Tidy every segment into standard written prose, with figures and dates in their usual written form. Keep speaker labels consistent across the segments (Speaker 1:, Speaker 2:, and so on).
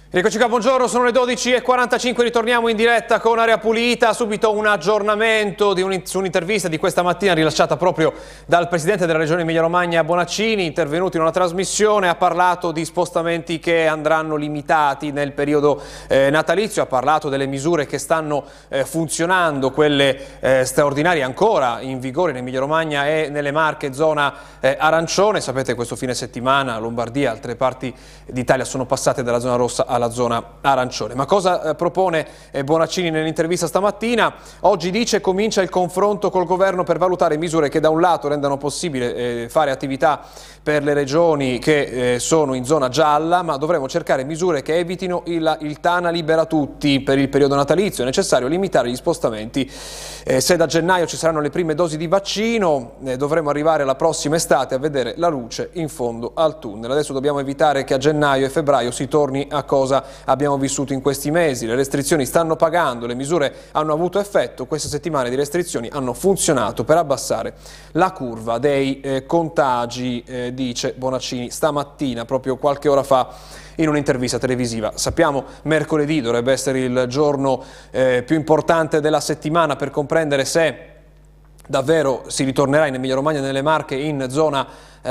Speaker 1: Eccoci qua, buongiorno, sono le 12:45, ritorniamo in diretta con Area Pulita. Subito un aggiornamento su un'intervista di questa mattina rilasciata proprio dal Presidente della Regione Emilia-Romagna Bonaccini, intervenuto in una trasmissione, ha parlato di spostamenti che andranno limitati nel periodo natalizio, ha parlato delle misure che stanno funzionando, quelle straordinarie ancora in vigore in Emilia-Romagna e nelle Marche, zona arancione. Sapete, questo fine settimana Lombardia e altre parti d'Italia sono passate dalla zona rossa alla zona arancione. Ma cosa propone Bonaccini nell'intervista stamattina? Oggi dice: comincia il confronto col governo per valutare misure che da un lato rendano possibile fare attività per le regioni che sono in zona gialla, ma dovremo cercare misure che evitino il Tana libera tutti per il periodo natalizio. È necessario limitare gli spostamenti. Se da gennaio ci saranno le prime dosi di vaccino, dovremo arrivare la prossima estate a vedere la luce in fondo al tunnel. Adesso dobbiamo evitare che a gennaio e febbraio si torni a cosa abbiamo vissuto in questi mesi. Le restrizioni stanno pagando, le misure hanno avuto effetto. Queste settimane di restrizioni hanno funzionato per abbassare la curva dei contagi, dice Bonaccini stamattina, proprio qualche ora fa, in un'intervista televisiva. Sappiamo, mercoledì dovrebbe essere il giorno più importante della settimana per comprendere se davvero si ritornerà in Emilia-Romagna e nelle Marche in zona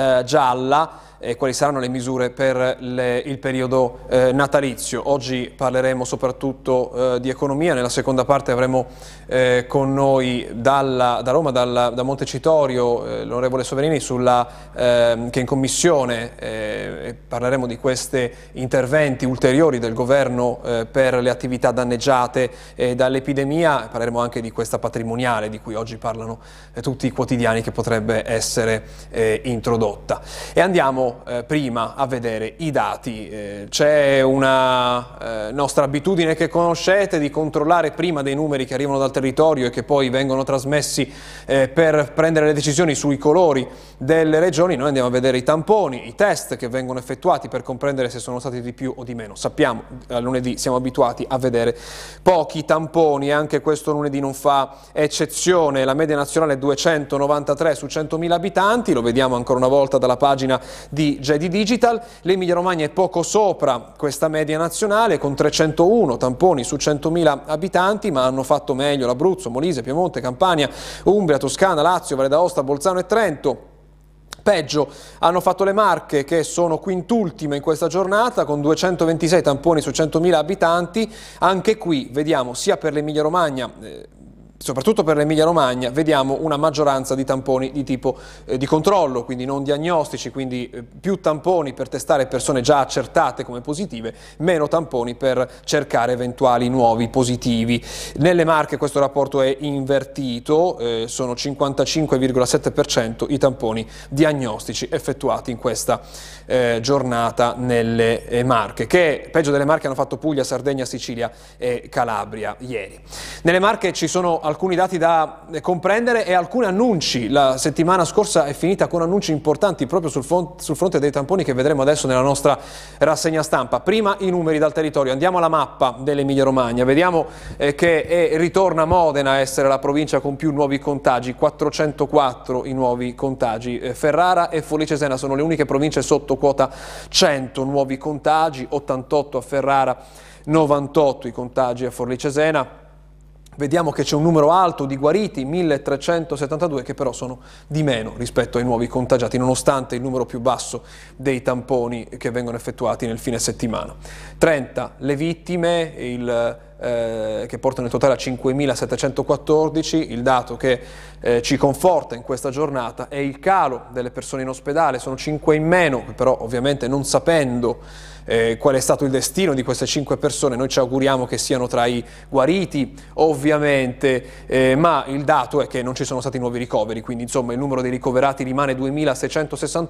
Speaker 1: gialla e quali saranno le misure per il periodo natalizio. Oggi parleremo soprattutto di economia. Nella seconda parte avremo con noi da Roma, da Montecitorio, l'onorevole Soverini, che in commissione parleremo di questi interventi ulteriori del governo per le attività danneggiate dall'epidemia. Parleremo anche di questa patrimoniale di cui oggi parlano tutti i quotidiani, che potrebbe essere introdotta. E andiamo prima a vedere i dati. C'è una nostra abitudine che conoscete di controllare prima dei numeri che arrivano dal territorio e che poi vengono trasmessi per prendere le decisioni sui colori delle regioni. Noi andiamo a vedere i tamponi, i test che vengono effettuati per comprendere se sono stati di più o di meno. Sappiamo, a lunedì siamo abituati a vedere pochi tamponi e anche questo lunedì non fa eccezione. La media nazionale è 293 su 100.000 abitanti, lo vediamo ancora una volta dalla pagina di GEDI Digital. L'Emilia Romagna è poco sopra questa media nazionale con 301 tamponi su 100.000 abitanti, ma hanno fatto meglio l'Abruzzo, Molise, Piemonte, Campania, Umbria, Toscana, Lazio, Valle d'Aosta, Bolzano e Trento. Peggio hanno fatto le Marche, che sono quintultime in questa giornata con 226 tamponi su 100.000 abitanti. Anche qui vediamo, sia per l'Emilia Romagna, soprattutto per l'Emilia Romagna, vediamo una maggioranza di tamponi di tipo di controllo, quindi non diagnostici, quindi più tamponi per testare persone già accertate come positive, meno tamponi per cercare eventuali nuovi positivi. Nelle Marche questo rapporto è invertito, sono 55,7% i tamponi diagnostici effettuati in questa giornata nelle Marche, che peggio delle Marche hanno fatto Puglia, Sardegna, Sicilia e Calabria ieri. Nelle Marche ci sono alcuni dati da comprendere e alcuni annunci. La settimana scorsa è finita con annunci importanti proprio sul fronte dei tamponi, che vedremo adesso nella nostra rassegna stampa. Prima i numeri dal territorio. Andiamo alla mappa dell'Emilia Romagna. Vediamo che ritorna Modena a essere la provincia con più nuovi contagi, 404 i nuovi contagi. Ferrara e Forlì Cesena sono le uniche province sotto quota 100 nuovi contagi, 88 a Ferrara, 98 i contagi a Forlì Cesena. Vediamo che c'è un numero alto di guariti, 1372, che però sono di meno rispetto ai nuovi contagiati, nonostante il numero più basso dei tamponi che vengono effettuati nel fine settimana. 30 le vittime, che portano il totale a 5.714. Il dato che ci conforta in questa giornata è il calo delle persone in ospedale, sono 5 in meno, però ovviamente non sapendo qual è stato il destino di queste 5 persone, noi ci auguriamo che siano tra i guariti ovviamente, ma il dato è che non ci sono stati nuovi ricoveri, quindi insomma il numero dei ricoverati rimane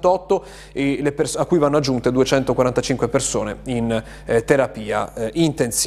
Speaker 1: 2.668, a cui vanno aggiunte 245 persone in terapia intensiva.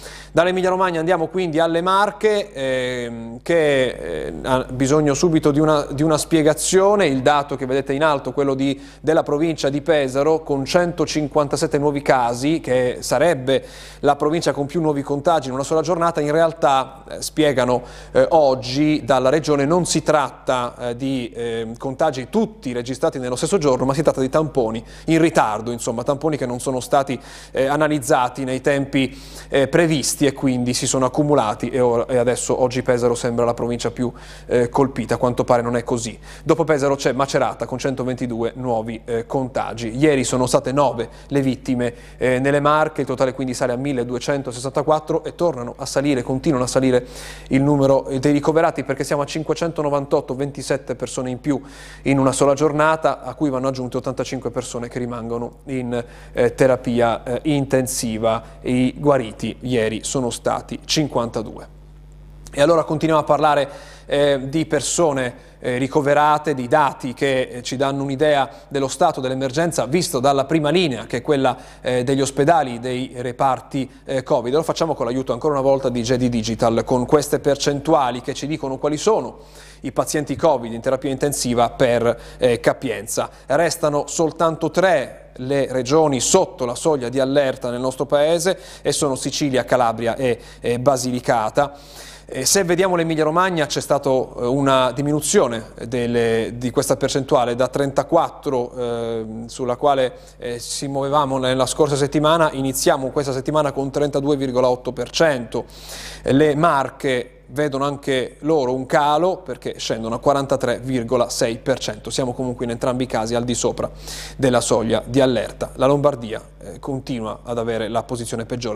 Speaker 1: Dall'Emilia Romagna andiamo quindi alle Marche, che ha bisogno subito di una spiegazione. Il dato che vedete in alto, quello della provincia di Pesaro, con 157 nuovi casi, che sarebbe la provincia con più nuovi contagi in una sola giornata. In realtà, spiegano oggi dalla regione, non si tratta di contagi tutti registrati nello stesso giorno, ma si tratta di tamponi in ritardo, insomma, tamponi che non sono stati analizzati nei tempi previsti e quindi si sono accumulati e adesso oggi Pesaro sembra la provincia più colpita. A quanto pare non è così. Dopo Pesaro c'è Macerata con 122 nuovi contagi. Ieri sono state 9 le vittime nelle Marche, il totale quindi sale a 1264 e continuano a salire il numero dei ricoverati, perché siamo a 598, 27 persone in più in una sola giornata, a cui vanno aggiunte 85 persone che rimangono in terapia intensiva. I guariti ieri sono stati 52. E allora continuiamo a parlare di persone ricoverate, di dati che ci danno un'idea dello stato dell'emergenza visto dalla prima linea, che è quella degli ospedali, dei reparti Covid. Lo facciamo con l'aiuto ancora una volta di JD Digital, con queste percentuali che ci dicono quali sono i pazienti Covid in terapia intensiva per capienza. Restano soltanto 3 le regioni sotto la soglia di allerta nel nostro paese, e sono Sicilia, Calabria e Basilicata. Se vediamo l'Emilia Romagna, c'è stata una diminuzione di questa percentuale da 34 sulla quale ci muovevamo nella scorsa settimana. Iniziamo questa settimana con 32,8%. Le Marche vedono anche loro un calo, perché scendono a 43,6%. Siamo comunque in entrambi i casi al di sopra della soglia di allerta. La Lombardia continua ad avere la posizione peggiore,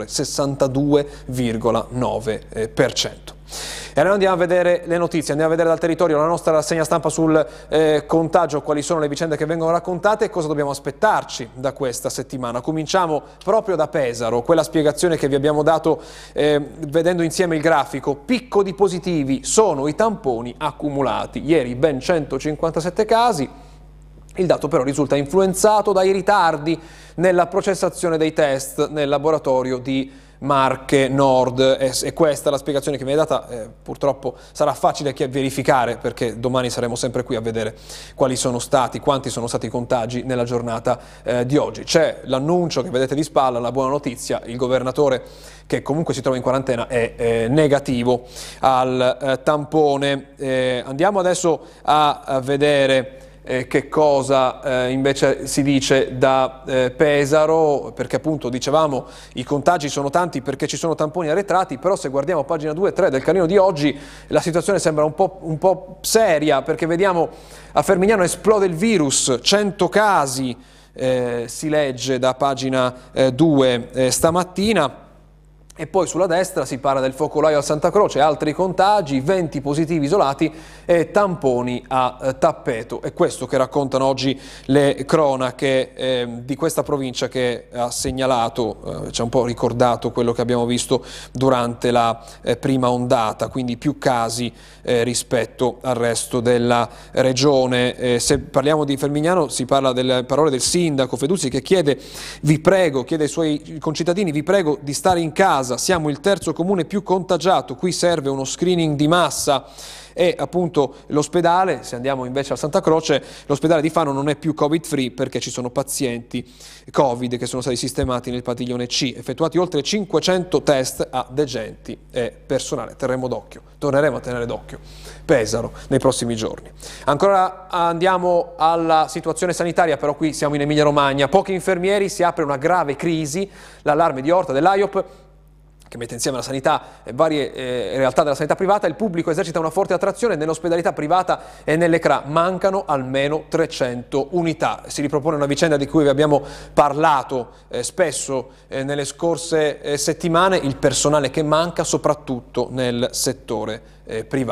Speaker 1: 62,9%. E allora andiamo a vedere le notizie, andiamo a vedere dal territorio la nostra rassegna stampa sul contagio, quali sono le vicende che vengono raccontate e cosa dobbiamo aspettarci da questa settimana. Cominciamo proprio da Pesaro, quella spiegazione che vi abbiamo dato vedendo insieme il grafico. Picco di positivi sono i tamponi accumulati, ieri ben 157 casi. Il dato però risulta influenzato dai ritardi nella processazione dei test nel laboratorio di Marche Nord, e questa è la spiegazione che mi è data. Purtroppo sarà facile verificare, perché domani saremo sempre qui a vedere quanti sono stati i contagi nella giornata di oggi. C'è l'annuncio che vedete di spalla, la buona notizia: il governatore, che comunque si trova in quarantena, è negativo al tampone. Andiamo adesso a vedere che cosa invece si dice da Pesaro, perché appunto dicevamo i contagi sono tanti perché ci sono tamponi arretrati, però se guardiamo pagina 2 e 3 del Carlino di oggi la situazione sembra un po' seria, perché vediamo a Fermignano esplode il virus, 100 casi, si legge da pagina 2 stamattina. E poi sulla destra si parla del focolaio al Santa Croce, altri contagi, 20 positivi isolati e tamponi a tappeto. È questo che raccontano oggi le cronache di questa provincia, che ha segnalato, ci ha un po' ricordato quello che abbiamo visto durante la prima ondata, quindi più casi rispetto al resto della regione. Se parliamo di Fermignano si parla delle parole del sindaco Feduzzi, che chiede ai suoi concittadini: vi prego di stare in casa. Siamo il terzo comune più contagiato, qui serve uno screening di massa. E appunto l'ospedale, se andiamo invece al Santa Croce, l'ospedale di Fano non è più Covid free perché ci sono pazienti Covid che sono stati sistemati nel padiglione C, effettuati oltre 500 test a degenti e personale. Terremo d'occhio, torneremo a tenere d'occhio Pesaro nei prossimi giorni. Ancora andiamo alla situazione sanitaria, però qui siamo in Emilia Romagna. Pochi infermieri, si apre una grave crisi, l'allarme di Orta dell'AIOP, che mette insieme la sanità e varie realtà della sanità privata. Il pubblico esercita una forte attrazione nell'ospedalità privata e nelle CRA. Mancano almeno 300 unità. Si ripropone una vicenda di cui vi abbiamo parlato spesso nelle scorse settimane: il personale che manca soprattutto nel settore privato.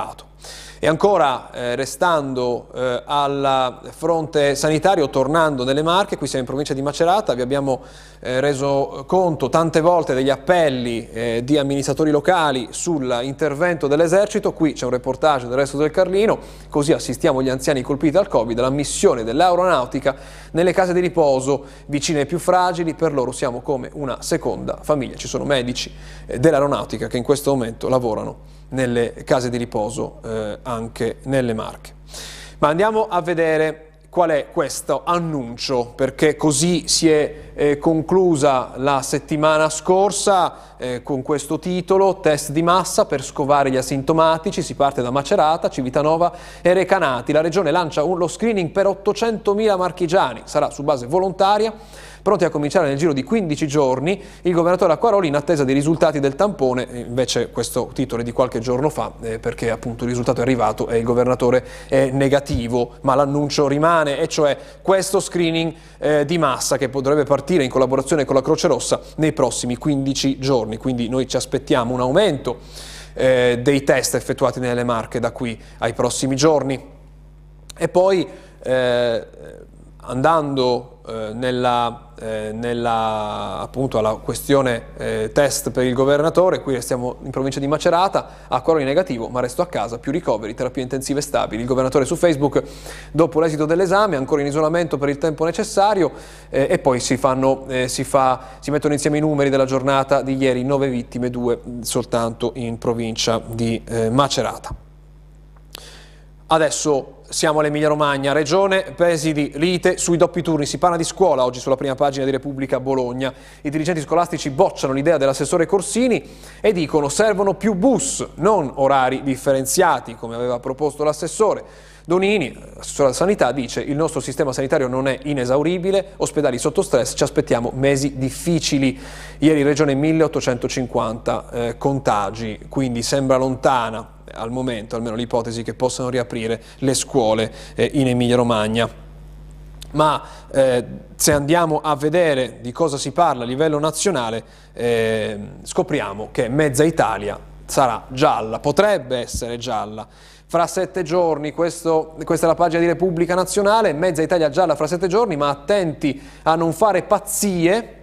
Speaker 1: E ancora, restando al fronte sanitario, tornando nelle Marche, qui siamo in provincia di Macerata, vi abbiamo reso conto tante volte degli appelli di amministratori locali sull'intervento dell'esercito. Qui c'è un reportage del Resto del Carlino, così assistiamo gli anziani colpiti dal Covid alla missione dell'aeronautica nelle case di riposo vicine ai più fragili. Per loro siamo come una seconda famiglia. Ci sono medici dell'aeronautica che in questo momento lavorano nelle case di riposo anche nelle Marche. Ma andiamo a vedere qual è questo annuncio, perché così si è conclusa la settimana scorsa con questo titolo: test di massa per scovare gli asintomatici. Si parte da Macerata, Civitanova e Recanati. La Regione lancia lo screening per 800.000 marchigiani, sarà su base volontaria, pronti a cominciare nel giro di 15 giorni. Il governatore Acquaroli in attesa dei risultati del tampone. Invece questo titolo è di qualche giorno fa, perché appunto il risultato è arrivato e il governatore è negativo, ma l'annuncio rimane, e cioè questo screening di massa che potrebbe partire in collaborazione con la Croce Rossa nei prossimi 15 giorni. Quindi noi ci aspettiamo un aumento dei test effettuati nelle Marche da qui ai prossimi giorni. E poi andando appunto alla questione test per il governatore, qui restiamo in provincia di Macerata, Acquaroli negativo ma resto a casa, più ricoveri, terapie intensive stabili. Il governatore su Facebook, dopo l'esito dell'esame, ancora in isolamento per il tempo necessario, e poi si mettono insieme i numeri della giornata di ieri: 9 vittime, 2 soltanto in provincia di Macerata. Adesso siamo all'Emilia Romagna, regione, presidi, lite sui doppi turni. Si parla di scuola oggi sulla prima pagina di Repubblica Bologna. I dirigenti scolastici bocciano l'idea dell'assessore Corsini e dicono: servono più bus, non orari differenziati, come aveva proposto l'assessore. Donini, assessore alla sanità, dice: il nostro sistema sanitario non è inesauribile, ospedali sotto stress, ci aspettiamo mesi difficili. Ieri in regione 1850 contagi, quindi sembra lontana al momento almeno l'ipotesi che possano riaprire le scuole in Emilia Romagna. Ma se andiamo a vedere di cosa si parla a livello nazionale, scopriamo che mezza Italia sarà gialla, potrebbe essere gialla. Fra 7 giorni, questa è la pagina di Repubblica Nazionale, mezza Italia gialla fra 7 giorni, ma attenti a non fare pazzie.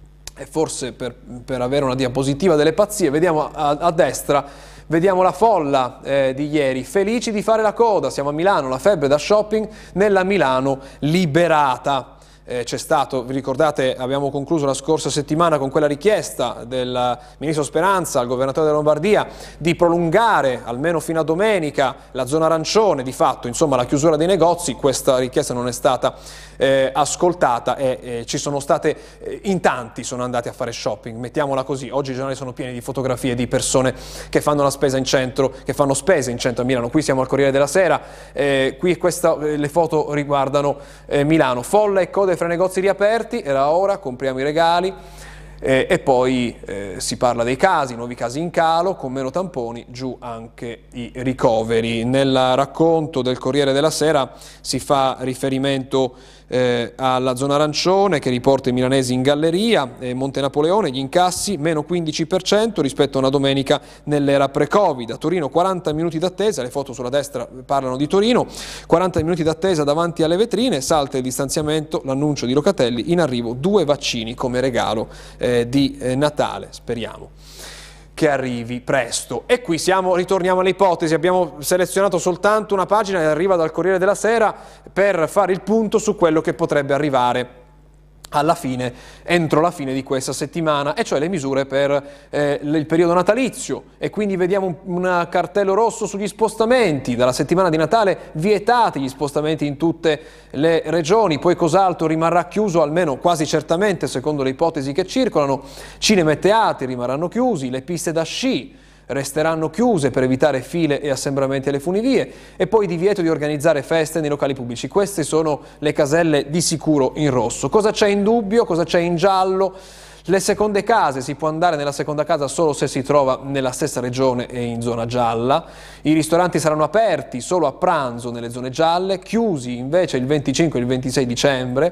Speaker 1: E forse per avere una diapositiva delle pazzie, vediamo a destra, vediamo la folla di ieri, felici di fare la coda. Siamo a Milano, la febbre da shopping nella Milano liberata. C'è stato, vi ricordate, abbiamo concluso la scorsa settimana con quella richiesta del ministro Speranza al governatore della Lombardia di prolungare almeno fino a domenica la zona arancione, di fatto, insomma, la chiusura dei negozi. Questa richiesta non è stata ascoltata e ci sono state, in tanti sono andati a fare shopping, mettiamola così. Oggi i giornali sono pieni di fotografie di persone che fanno la spesa in centro, che fanno spese in centro a Milano. Qui siamo al Corriere della Sera, qui le foto riguardano Milano, folla e code fra negozi riaperti, era ora, compriamo i regali. E poi si parla dei casi, nuovi casi in calo, con meno tamponi, giù anche i ricoveri. Nel racconto del Corriere della Sera si fa riferimento alla zona arancione che riporta i milanesi in galleria, Monte Napoleone, gli incassi meno 15% rispetto a una domenica nell'era pre-Covid. A Torino 40 minuti d'attesa, le foto sulla destra parlano di Torino, 40 minuti d'attesa davanti alle vetrine, salta il distanziamento, l'annuncio di Locatelli: in arrivo 2 vaccini come regalo di Natale, speriamo che arrivi presto. E qui ritorniamo alle ipotesi, abbiamo selezionato soltanto una pagina che arriva dal Corriere della Sera per fare il punto su quello che potrebbe arrivare alla fine, entro la fine di questa settimana, e cioè le misure per il periodo natalizio. E quindi vediamo un cartello rosso sugli spostamenti. Dalla settimana di Natale vietati gli spostamenti in tutte le regioni. Poi cos'altro rimarrà chiuso, almeno quasi certamente secondo le ipotesi che circolano? Cinema e teatri rimarranno chiusi, le piste da sci resteranno chiuse per evitare file e assembramenti alle funivie, e poi divieto di organizzare feste nei locali pubblici. Queste sono le caselle di sicuro in rosso. Cosa c'è in dubbio? Cosa c'è in giallo? Le seconde case, si può andare nella seconda casa solo se si trova nella stessa regione e in zona gialla. I ristoranti saranno aperti solo a pranzo nelle zone gialle, chiusi invece il 25 e il 26 dicembre.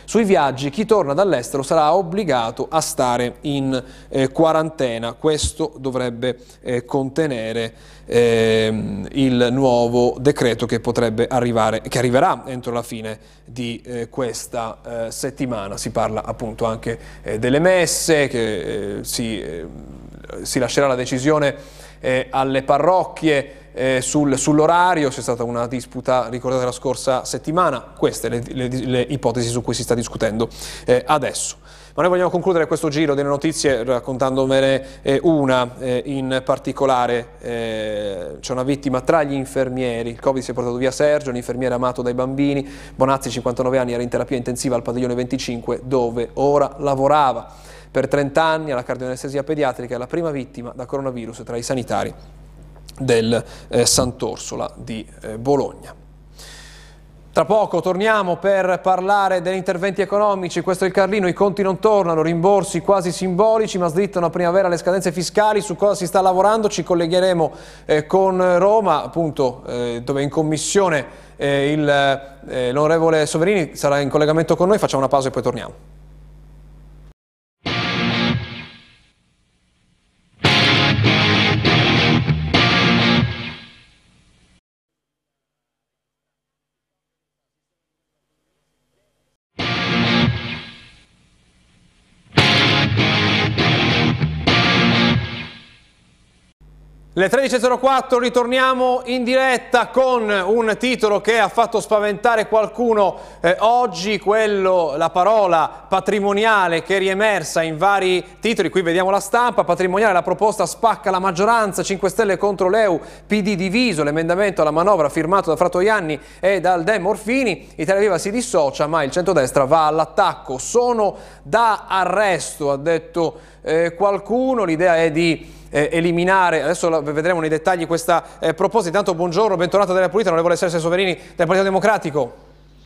Speaker 1: Sui viaggi chi torna dall'estero sarà obbligato a stare in quarantena. Questo dovrebbe contenere il nuovo decreto che potrebbe arrivare, che arriverà entro la fine di questa settimana. Si parla appunto anche delle messe, che si lascerà la decisione alle parrocchie sull'orario. C'è stata una disputa, ricordate, la scorsa settimana. Queste le ipotesi su cui si sta discutendo adesso. Ma noi vogliamo concludere questo giro delle notizie raccontandomene una in particolare. C'è una vittima tra gli infermieri. Il Covid si è portato via Sergio, un infermiere amato dai bambini. Bonazzi, 59 anni, era in terapia intensiva al padiglione 25, dove ora lavorava. Per 30 anni alla cardioanestesia pediatrica, è la prima vittima da coronavirus tra i sanitari del Sant'Orsola di Bologna. Tra poco torniamo per parlare degli interventi economici. Questo è il Carlino, i conti non tornano, rimborsi quasi simbolici, ma slittano a primavera le scadenze fiscali. Su cosa si sta lavorando? Ci collegheremo con Roma, appunto, dove in commissione l'onorevole Soverini sarà in collegamento con noi. Facciamo una pausa e poi torniamo. Le 13.04, ritorniamo in diretta con un titolo che ha fatto spaventare qualcuno oggi, la parola patrimoniale, che è riemersa in vari titoli. Qui vediamo La Stampa, patrimoniale, la proposta spacca la maggioranza, 5 Stelle contro l'EU, PD diviso, l'emendamento alla manovra firmato da Fratoianni e dal De Morfini, Italia Viva si dissocia ma il centrodestra va all'attacco. Sono da arresto, ha detto qualcuno, l'idea è di eliminare, adesso vedremo nei dettagli questa proposta. Intanto buongiorno, bentornato della Pulita, onorevole Sergio Soverini del Partito Democratico.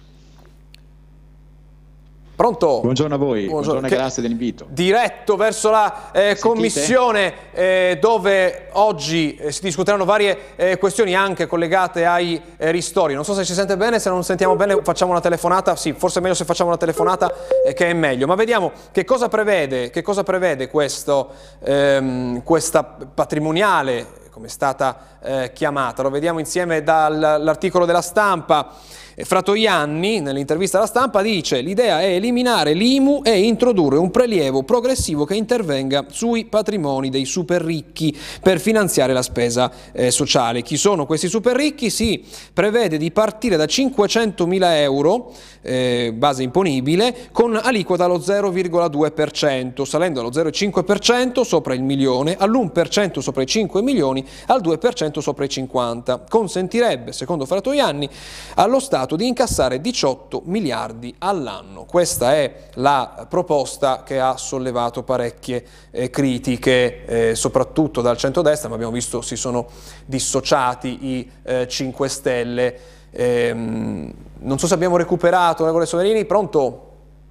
Speaker 1: Pronto?
Speaker 2: Buongiorno a voi, buongiorno e grazie dell'invito. Diretto
Speaker 1: verso la commissione dove oggi si discuteranno varie questioni anche collegate ai ristori. Non so se ci sente bene, se non sentiamo bene facciamo una telefonata. Sì, forse è meglio se facciamo una telefonata che è meglio. Ma vediamo che cosa prevede questa patrimoniale, come è stata chiamata. Lo vediamo insieme dall'articolo della Stampa. Fratoianni, nell'intervista alla Stampa, dice: l'idea è eliminare l'IMU e introdurre un prelievo progressivo che intervenga sui patrimoni dei super ricchi per finanziare la spesa sociale. Chi sono questi super ricchi? Si prevede di partire da 500.000 euro, base imponibile, con aliquota allo 0,2%, salendo allo 0,5% sopra il milione, all'1% sopra i 5 milioni, al 2% sopra i 50. Consentirebbe, secondo Fratoianni, allo Stato di incassare 18 miliardi all'anno. Questa è la proposta che ha sollevato parecchie critiche, soprattutto dal centrodestra, ma abbiamo visto si sono dissociati i 5 Stelle. Non so se abbiamo recuperato, onorevole Soverini, pronto?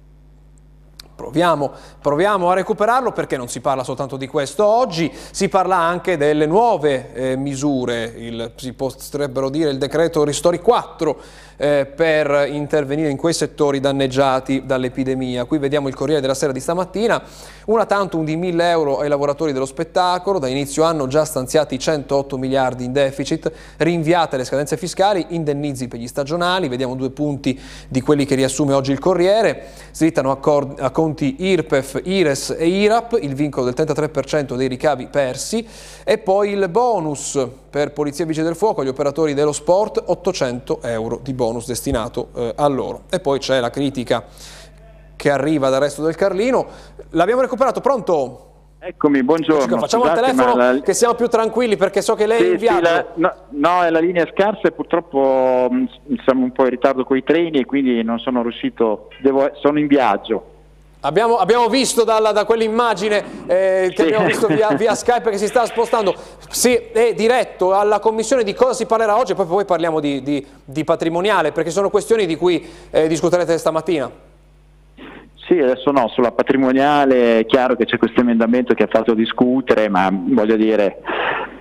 Speaker 1: Proviamo a recuperarlo, perché non si parla soltanto di questo oggi, si parla anche delle nuove misure, si potrebbero dire il decreto Ristori 4 per intervenire in quei settori danneggiati dall'epidemia. Qui vediamo il Corriere della Sera di stamattina: una tantum di 1.000 euro ai lavoratori dello spettacolo, da inizio anno già stanziati 108 miliardi in deficit, rinviate le scadenze fiscali, indennizi per gli stagionali. Vediamo 2 punti di quelli che riassume oggi il Corriere: slittano a conti IRPEF, IRES e IRAP il vincolo del 33% dei ricavi persi, e poi il bonus per Polizia e Vigili del Fuoco agli operatori dello sport, 800 euro di bonus destinato a loro. E poi c'è la critica che arriva dal resto del Carlino. L'abbiamo recuperato, pronto?
Speaker 3: Eccomi, buongiorno.
Speaker 1: Facciamo il telefono che siamo più tranquilli, perché so che lei è in viaggio.
Speaker 3: No, la linea è scarsa e purtroppo siamo un po' in ritardo con i treni e quindi non sono riuscito, sono in viaggio.
Speaker 1: Abbiamo visto da quell'immagine che abbiamo visto via Skype che si sta spostando. Sì, è diretto alla commissione di cosa si parlerà oggi, e poi parliamo di patrimoniale, perché sono questioni di cui discuterete stamattina.
Speaker 3: Sì, adesso no, sulla patrimoniale è chiaro che c'è questo emendamento che ha fatto discutere, ma voglio dire,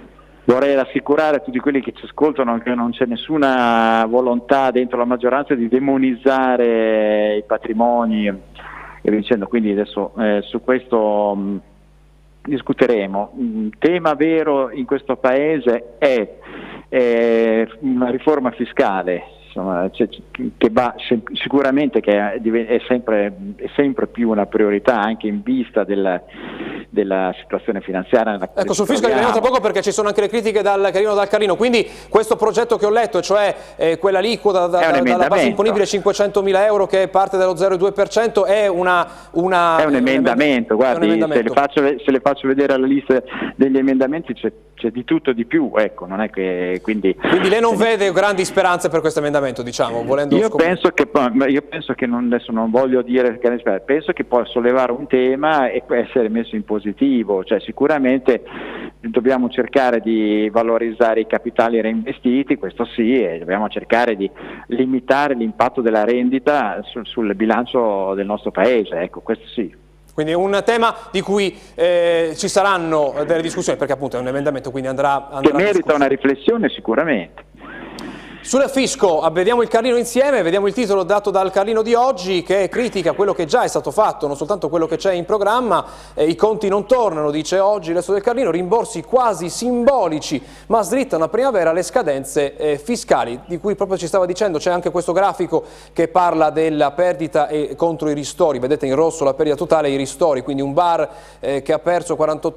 Speaker 3: vorrei rassicurare tutti quelli che ci ascoltano che non c'è nessuna volontà dentro la maggioranza di demonizzare i patrimoni e via dicendo, quindi adesso su questo discuteremo. Un tema vero in questo Paese è una riforma fiscale, insomma, che va sicuramente che è sempre più una priorità anche in vista della situazione finanziaria.
Speaker 1: Ecco, sul fisco arriviamo tra poco perché ci sono anche le critiche dal Carlino, quindi questo progetto che ho letto, cioè quella aliquota dalla base imponibile 500.000 euro che è parte dello 0,2%, è un emendamento,
Speaker 3: guardi, un emendamento. Se le faccio vedere la lista degli emendamenti c'è di tutto e di più, ecco, non è che quindi
Speaker 1: lei non vede grandi speranze per questo emendamento, diciamo, volendo
Speaker 3: io penso che adesso non voglio dire che penso che può sollevare un tema e può essere messo in positivo, cioè sicuramente dobbiamo cercare di valorizzare i capitali reinvestiti, questo sì, e dobbiamo cercare di limitare l'impatto della rendita sul bilancio del nostro paese, ecco, questo sì.
Speaker 1: Quindi è un tema di cui ci saranno delle discussioni, perché appunto è un emendamento, quindi andrà
Speaker 3: che merita una riflessione sicuramente.
Speaker 1: Sul fisco vediamo il Carlino insieme, vediamo il titolo dato dal Carlino di oggi che critica quello che già è stato fatto, non soltanto quello che c'è in programma. I conti non tornano, dice oggi l'Esso del Carlino, rimborsi quasi simbolici, ma slittano a primavera le scadenze fiscali, di cui proprio ci stava dicendo. C'è anche questo grafico che parla della perdita contro i ristori, vedete in rosso la perdita totale e i ristori, quindi un bar che ha perso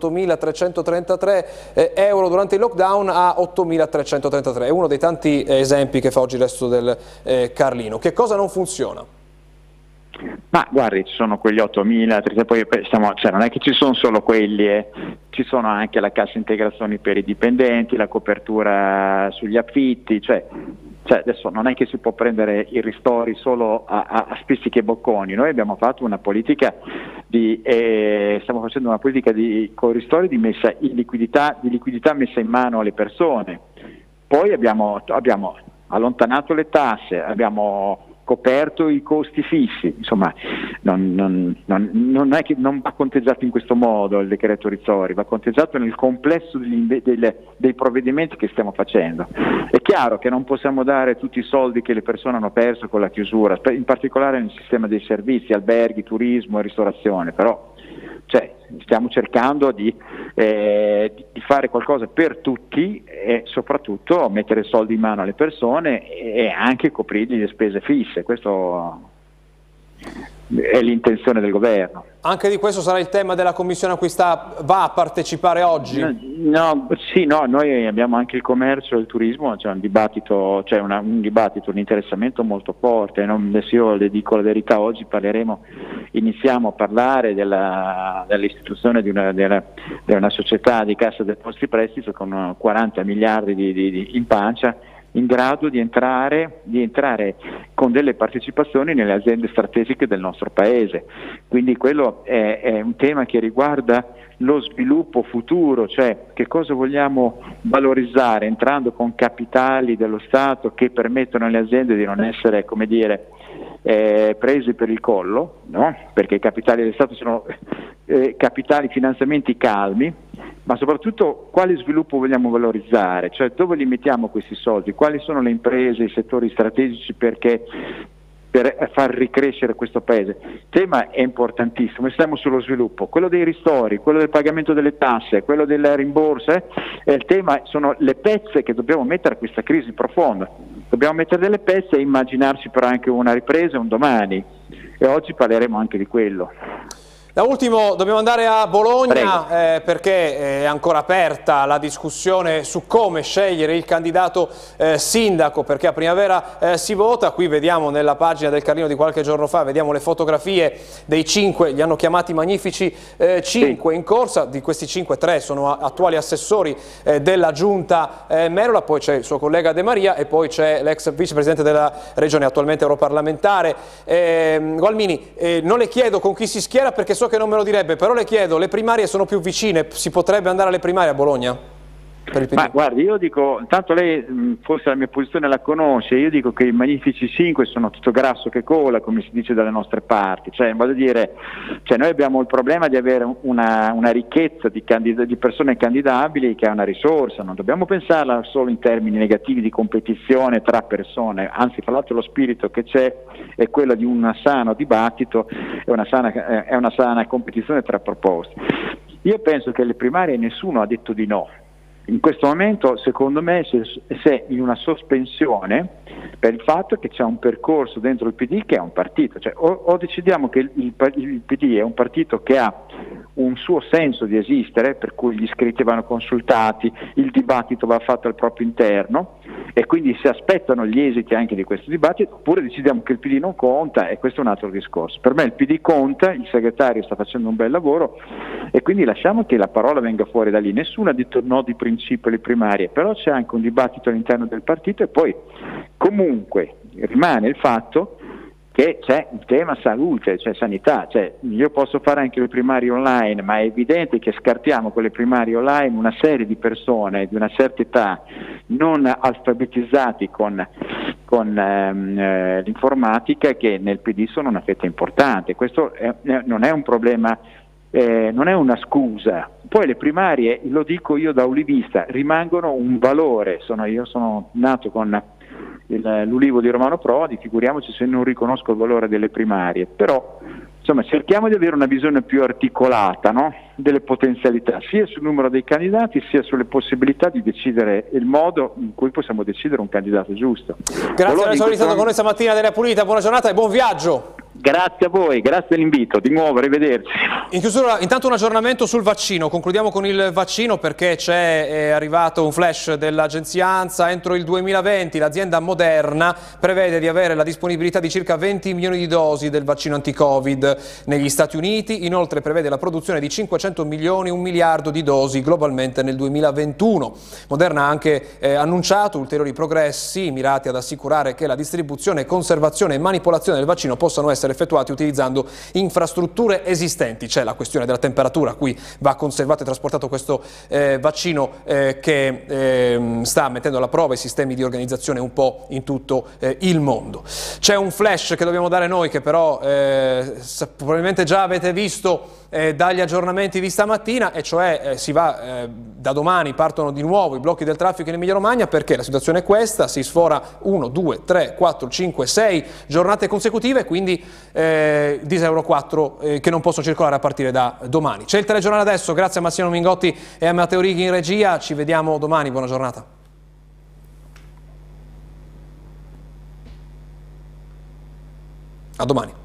Speaker 1: 48.333 euro durante il lockdown a 8.333, è uno dei tanti esempi che fa oggi il Resto del Carlino. Che cosa non funziona?
Speaker 3: Ma guardi, ci sono quegli 8.000, poi non è che ci sono solo quelli, ci sono anche la cassa integrazione per i dipendenti, la copertura sugli affitti, cioè adesso non è che si può prendere i ristori solo a spizzichi e bocconi. Noi abbiamo fatto una politica stiamo facendo una politica con i ristori di liquidità messa in mano alle persone. Poi abbiamo allontanato le tasse, abbiamo coperto i costi fissi, insomma non è che non va conteggiato in questo modo il decreto ristori, va conteggiato nel complesso dei provvedimenti che stiamo facendo. È chiaro che non possiamo dare tutti i soldi che le persone hanno perso con la chiusura, in particolare nel sistema dei servizi, alberghi, turismo e ristorazione, però stiamo cercando di fare qualcosa per tutti e soprattutto mettere soldi in mano alle persone e anche coprirgli le spese fisse. Questo è l'intenzione del governo.
Speaker 1: Anche di questo sarà il tema della commissione a cui va a partecipare oggi?
Speaker 3: No, noi abbiamo anche il commercio e il turismo, c'è un dibattito, un interessamento molto forte. Adesso io le dico la verità, oggi iniziamo a parlare dell'istituzione di una società di Cassa Depositi e Prestiti con 40 miliardi in pancia, in grado di entrare con delle partecipazioni nelle aziende strategiche del nostro Paese. Quindi quello è un tema che riguarda lo sviluppo futuro, cioè che cosa vogliamo valorizzare entrando con capitali dello Stato che permettono alle aziende di non essere, come dire, presi per il collo, no? Perché i capitali dello Stato sono finanziamenti calmi, ma soprattutto quale sviluppo vogliamo valorizzare, cioè dove li mettiamo questi soldi, quali sono le imprese, i settori strategici per far ricrescere questo Paese. Il tema è importantissimo, stiamo sullo sviluppo, quello dei ristori, quello del pagamento delle tasse, quello del rimborso, il tema sono le pezze che dobbiamo mettere a questa crisi profonda, dobbiamo mettere delle pezze e immaginarci però anche una ripresa un domani, e oggi parleremo anche di quello.
Speaker 1: Da ultimo dobbiamo andare a Bologna perché è ancora aperta la discussione su come scegliere il candidato sindaco, perché a primavera si vota. Qui vediamo nella pagina del Carlino di qualche giorno fa, vediamo le fotografie dei 5, li hanno chiamati magnifici 5 in corsa, di questi 5 3 sono attuali assessori della giunta Merola, poi c'è il suo collega De Maria e poi c'è l'ex vicepresidente della regione, attualmente europarlamentare. Gualmini, non le chiedo con chi si schiera perché so che non me lo direbbe, però le chiedo, le primarie sono più vicine, si potrebbe andare alle primarie a Bologna?
Speaker 3: Ma guardi, io dico, tanto lei forse la mia posizione la conosce, io dico che i Magnifici 5 sono tutto grasso che cola, come si dice dalle nostre parti, cioè voglio dire, cioè noi abbiamo il problema di avere una ricchezza di persone candidabili che è una risorsa, non dobbiamo pensarla solo in termini negativi di competizione tra persone, anzi fra l'altro lo spirito che c'è è quello di un sano dibattito e una sana competizione tra proposte. Io penso che alle primarie nessuno ha detto di no. In questo momento, secondo me, se in una sospensione per il fatto che c'è un percorso dentro il PD che è un partito, cioè o decidiamo che il PD è un partito che ha un suo senso di esistere, per cui gli iscritti vanno consultati, il dibattito va fatto al proprio interno e quindi si aspettano gli esiti anche di questo dibattito, oppure decidiamo che il PD non conta e questo è un altro discorso. Per me il PD conta, il segretario sta facendo un bel lavoro e quindi lasciamo che la parola venga fuori da lì. Nessuno ha detto no di principio alle primarie, però c'è anche un dibattito all'interno del partito e poi comunque rimane il fatto che c'è il tema salute, cioè sanità, cioè io posso fare anche le primarie online, ma è evidente che scartiamo con le primarie online una serie di persone di una certa età non alfabetizzati con l'informatica che nel PD sono una fetta importante. Questo non è un problema, non è una scusa. Poi le primarie, lo dico io da olivista, rimangono un valore. Io sono nato con l'Ulivo di Romano Prodi, figuriamoci se non riconosco il valore delle primarie, però insomma cerchiamo di avere una visione più articolata, no? Delle potenzialità, sia sul numero dei candidati sia sulle possibilità di decidere il modo in cui possiamo decidere un candidato giusto.
Speaker 1: Grazie per essere stato con noi stamattina dell'Area Pulita, buona giornata e buon viaggio!
Speaker 3: Grazie a voi, grazie dell'invito, di nuovo, arrivederci.
Speaker 1: In chiusura intanto un aggiornamento sul vaccino, concludiamo con il vaccino perché è arrivato un flash dell'agenzia ANSA. Entro il 2020 l'azienda Moderna prevede di avere la disponibilità di circa 20 milioni di dosi del vaccino anti-Covid negli Stati Uniti, inoltre prevede la produzione di 500 milioni, 1 miliardo di dosi globalmente nel 2021. Moderna ha anche annunciato ulteriori progressi mirati ad assicurare che la distribuzione, conservazione e manipolazione del vaccino possano essere effettuati utilizzando infrastrutture esistenti. C'è la questione della temperatura a cui va conservato e trasportato questo vaccino che sta mettendo alla prova i sistemi di organizzazione un po' in tutto il mondo. C'è un flash che dobbiamo dare noi che però probabilmente già avete visto dagli aggiornamenti di stamattina, e cioè si va da domani, partono di nuovo i blocchi del traffico in Emilia Romagna perché la situazione è questa: si sfora 1, 2, 3, 4, 5, 6 giornate consecutive, quindi diesel Euro 4 che non possono circolare a partire da domani. C'è il telegiornale adesso, grazie a Massimo Mingotti e a Matteo Righi in regia, ci vediamo domani, buona giornata. A domani.